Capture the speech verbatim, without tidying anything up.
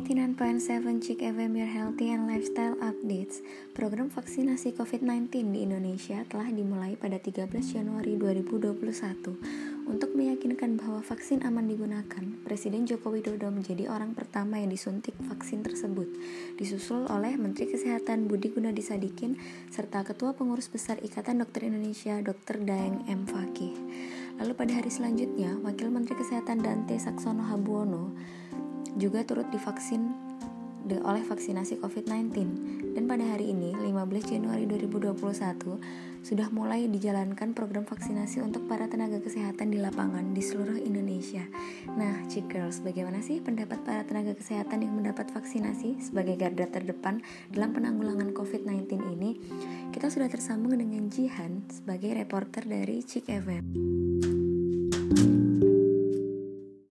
sembilan puluh sembilan Chick F M Your Healthy and Lifestyle Updates. Program vaksinasi covid sembilan belas di Indonesia telah dimulai pada tiga belas Januari dua ribu dua puluh satu. Untuk meyakinkan bahwa vaksin aman digunakan, Presiden Joko Widodo menjadi orang pertama yang disuntik vaksin tersebut, disusul oleh Menteri Kesehatan Budi Gunadi Sadikin serta Ketua Pengurus Besar Ikatan Dokter Indonesia Dokter Daeng M. Fakih. Lalu pada hari selanjutnya, Wakil Menteri Kesehatan Dante Saxono Habuono juga turut divaksin oleh vaksinasi covid sembilan belas. Dan pada hari ini, lima belas Januari dua ribu dua puluh satu, sudah mulai dijalankan program vaksinasi untuk para tenaga kesehatan di lapangan di seluruh Indonesia. Nah, Chick Girls, bagaimana sih pendapat para tenaga kesehatan yang mendapat vaksinasi sebagai garda terdepan dalam penanggulangan covid sembilan belas ini? Kita sudah tersambung dengan Jihan sebagai reporter dari Chick F M.